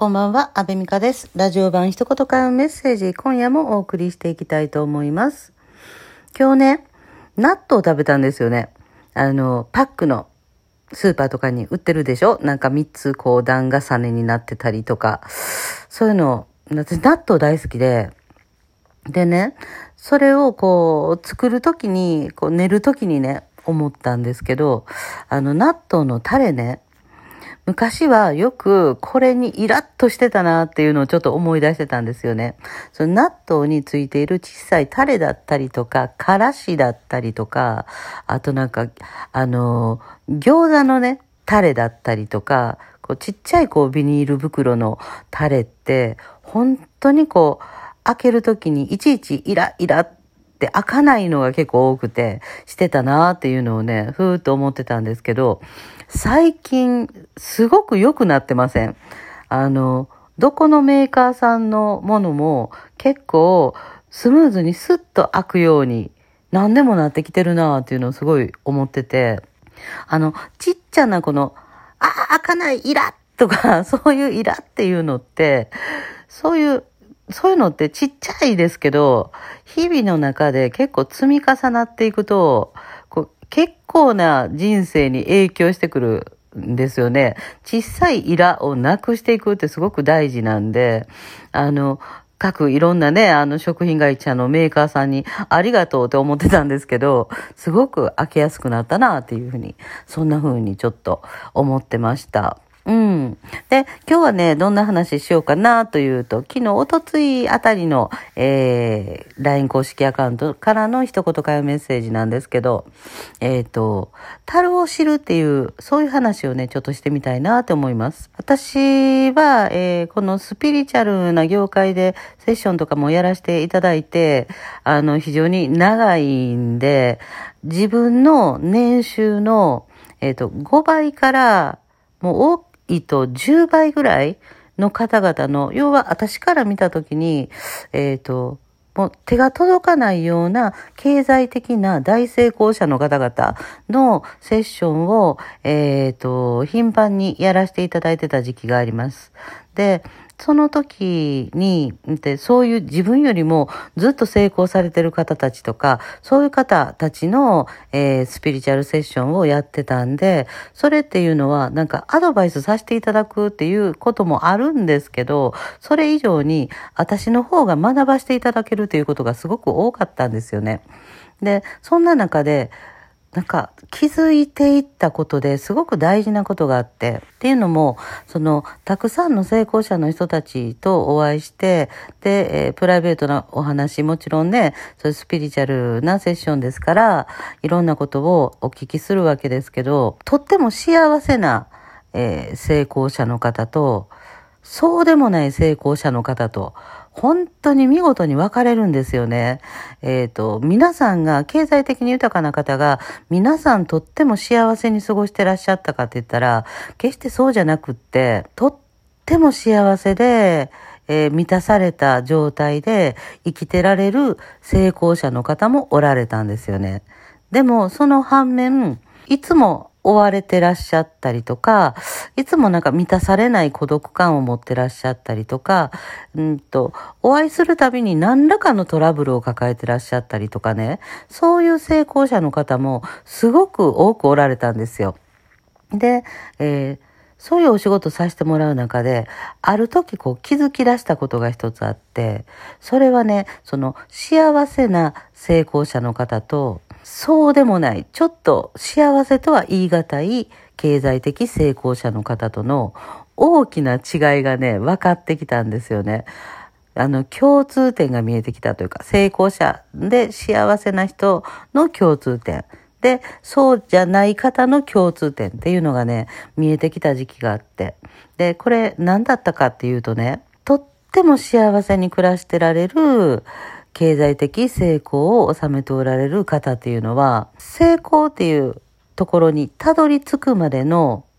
こんばんは、安部美香です。ラジオ版一言会話メッセージ、今夜もお送りしていきたいと思います。今日ね、納豆食べたんですよね。パックのスーパーとかに売ってるでしょ？なんか3つ段重ねになってたりとか、そういうの、私納豆大好きで、でね、それを作るときに、練るときにね、思ったんですけど、納豆のタレね、昔はよくこれにイラッとしてたなっていうのをちょっと思い出してたんですよね。その納豆についている小さいタレだったりとか、からしだったりとか、あと餃子のね、タレだったりとか、ちっちゃいビニール袋のタレって、本当に開けるときにいちいちイライラって開かないのが結構多くてしてたなっていうのをね、ふーっと思ってたんですけど、最近すごく良くなってません？どこのメーカーさんのものも結構スムーズにスッと開くように何でもなってきてるなっていうのをすごい思ってて、ちっちゃな開かないイラッとか、そういうイラっていうのって、そういうのってちっちゃいですけど、日々の中で結構積み重なっていくと、結構な人生に影響してくるんですよね。小さいイラをなくしていくってすごく大事なんで、各いろんなね、食品会社のメーカーさんにありがとうって思ってたんですけど、すごく開けやすくなったなっていうふうに、そんな風にちょっと思ってました。で、今日はね、どんな話しようかなというと、昨日、おとついあたりの、LINE 公式アカウントからの一言会話メッセージなんですけど、樽を知るっていう、そういう話をね、ちょっとしてみたいなと思います。私は、このスピリチュアルな業界でセッションとかもやらせていただいて、非常に長いんで、自分の年収の、5倍から、もう多いと10倍ぐらいの方々の、要は私から見たときに、もう手が届かないような経済的な大成功者の方々のセッションを、頻繁にやらせていただいてた時期があります。で、その時に、そういう自分よりもずっと成功されてる方たちとか、そういう方たちの、スピリチュアルセッションをやってたんで、それっていうのはなんかアドバイスさせていただくっていうこともあるんですけど、それ以上に私の方が学ばせていただけるということがすごく多かったんですよね。で、そんな中で、なんか気づいていったことですごく大事なことがあっていうのも、たくさんの成功者の人たちとお会いして、で、プライベートなお話、もちろんね、そういうスピリチュアルなセッションですから、いろんなことをお聞きするわけですけど、とっても幸せな、成功者の方と、そうでもない成功者の方と、本当に見事に分かれるんですよね。皆さんが、経済的に豊かな方が、皆さんとっても幸せに過ごしてらっしゃったかって言ったら、決してそうじゃなくって、とっても幸せで、満たされた状態で生きてられる成功者の方もおられたんですよね。でも、その反面、いつも追われてらっしゃったりとか、いつもなんか満たされない孤独感を持ってらっしゃったりとか、お会いするたびに何らかのトラブルを抱えてらっしゃったりとかね、そういう成功者の方もすごく多くおられたんですよ。で、そういうお仕事させてもらう中で、ある時気づき出したことが一つあって、それはね、幸せな成功者の方と、そうでもない、ちょっと幸せとは言い難い経済的成功者の方との大きな違いがね、分かってきたんですよね。共通点が見えてきたというか、成功者で幸せな人の共通点。で、そうじゃない方の共通点っていうのがね、見えてきた時期があって。で、これ何だったかっていうとね、とっても幸せに暮らしてられる、経済的成功を収めておられる方っていうのは、成功っていうところにたどり着くまでの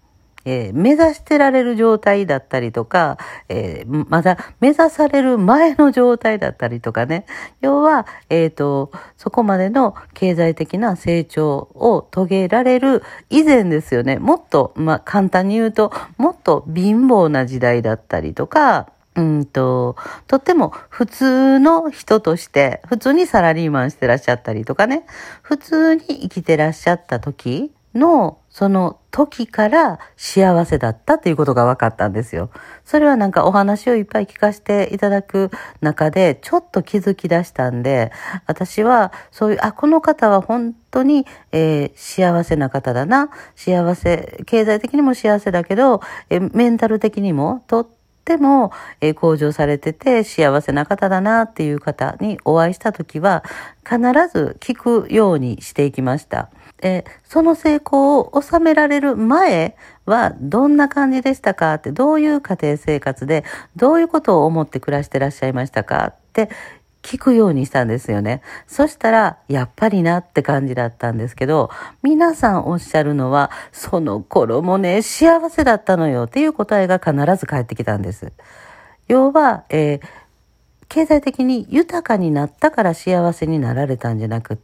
目指してられる状態だったりとか、まだ目指される前の状態だったりとかね。要は、そこまでの経済的な成長を遂げられる以前ですよね。もっと、簡単に言うと、もっと貧乏な時代だったりとか、とっても普通の人として、普通にサラリーマンしてらっしゃったりとかね、普通に生きてらっしゃった時の、その時から幸せだったということが分かったんですよ。それはなんかお話をいっぱい聞かせていただく中で、ちょっと気づき出したんで、私はそういう、この方は本当に、幸せな方だな。幸せ、経済的にも幸せだけど、メンタル的にもとっても、向上されてて幸せな方だなっていう方にお会いしたときは必ず聞くようにしていきました。その成功を収められる前はどんな感じでしたかって、どういう家庭生活でどういうことを思って暮らしてらっしゃいましたかって聞くようにしたんですよね。そしたら、やっぱりなって感じだったんですけど、皆さんおっしゃるのは、その頃もね、幸せだったのよっていう答えが必ず返ってきたんです。要は、経済的に豊かになったから幸せになられたんじゃなくって、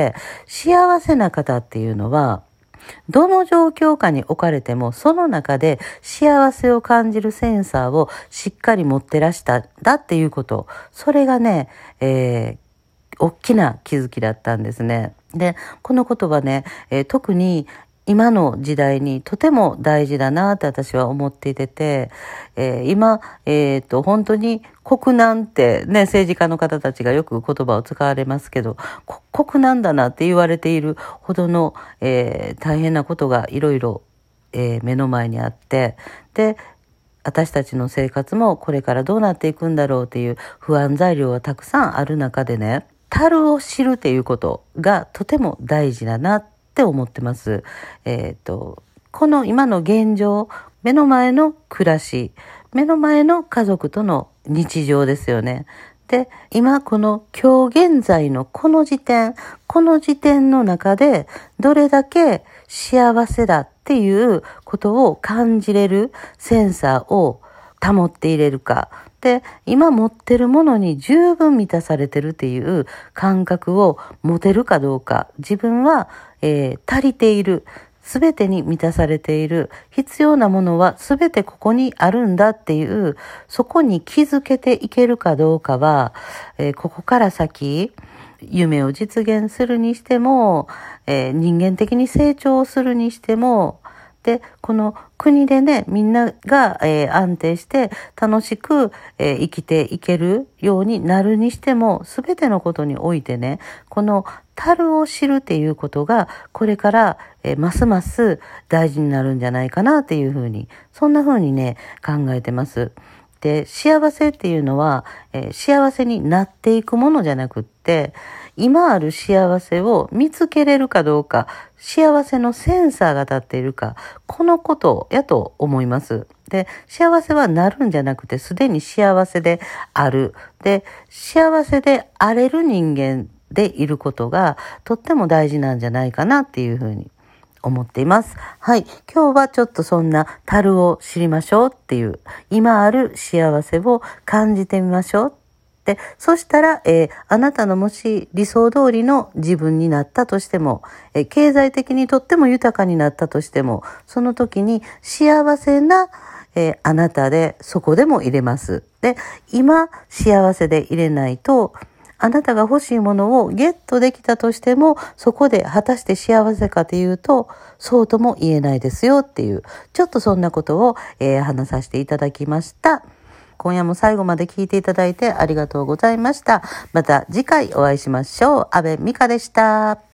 幸せな方っていうのは、どの状況下に置かれても、その中で幸せを感じるセンサーをしっかり持ってらしたんだっていうこと。それがね、大きな気づきだったんですね。で、この言葉ね、特に今の時代にとても大事だなって私は思っていて、今、本当に国難ってね、政治家の方たちがよく言葉を使われますけど、国難だなって言われているほどの、大変なことがいろいろ目の前にあって、で、私たちの生活もこれからどうなっていくんだろうっていう不安材料がたくさんある中でね、樽を知るっていうことがとても大事だなって思ってます。この今の現状、目の前の暮らし、目の前の家族との日常ですよね。で、今この今日現在のこの時点の中でどれだけ幸せだっていうことを感じれるセンサーを保っていれるか。で、今持ってるものに十分満たされてるっていう感覚を持てるかどうか。自分は、足りている。すべてに満たされている。必要なものはすべてここにあるんだっていう、そこに気づけていけるかどうかは、ここから先、夢を実現するにしても、人間的に成長するにしても、で、この国でね、みんなが、安定して楽しく、生きていけるようになるにしても、すべてのことにおいてね、この樽を知るっていうことが、これから、ますます大事になるんじゃないかなっていうふうに、そんなふうにね、考えてます。で、幸せっていうのは、幸せになっていくものじゃなくって、今ある幸せを見つけれるかどうか、幸せのセンサーが立っているか、このことやと思います。で、幸せはなるんじゃなくて、すでに幸せである。で、幸せであれる人間でいることが、とっても大事なんじゃないかなっていうふうに思っています。はい。今日はちょっとそんな樽を知りましょうっていう、今ある幸せを感じてみましょう。で、そしたら、あなたのもし理想通りの自分になったとしても、経済的にとっても豊かになったとしても、その時に幸せな、あなたでそこでも入れます。で、今幸せで入れないと、あなたが欲しいものをゲットできたとしても、そこで果たして幸せかというと、そうとも言えないですよっていう、ちょっとそんなことを、話させていただきました。今夜も最後まで聞いていただいてありがとうございました。また次回お会いしましょう。安部美香でした。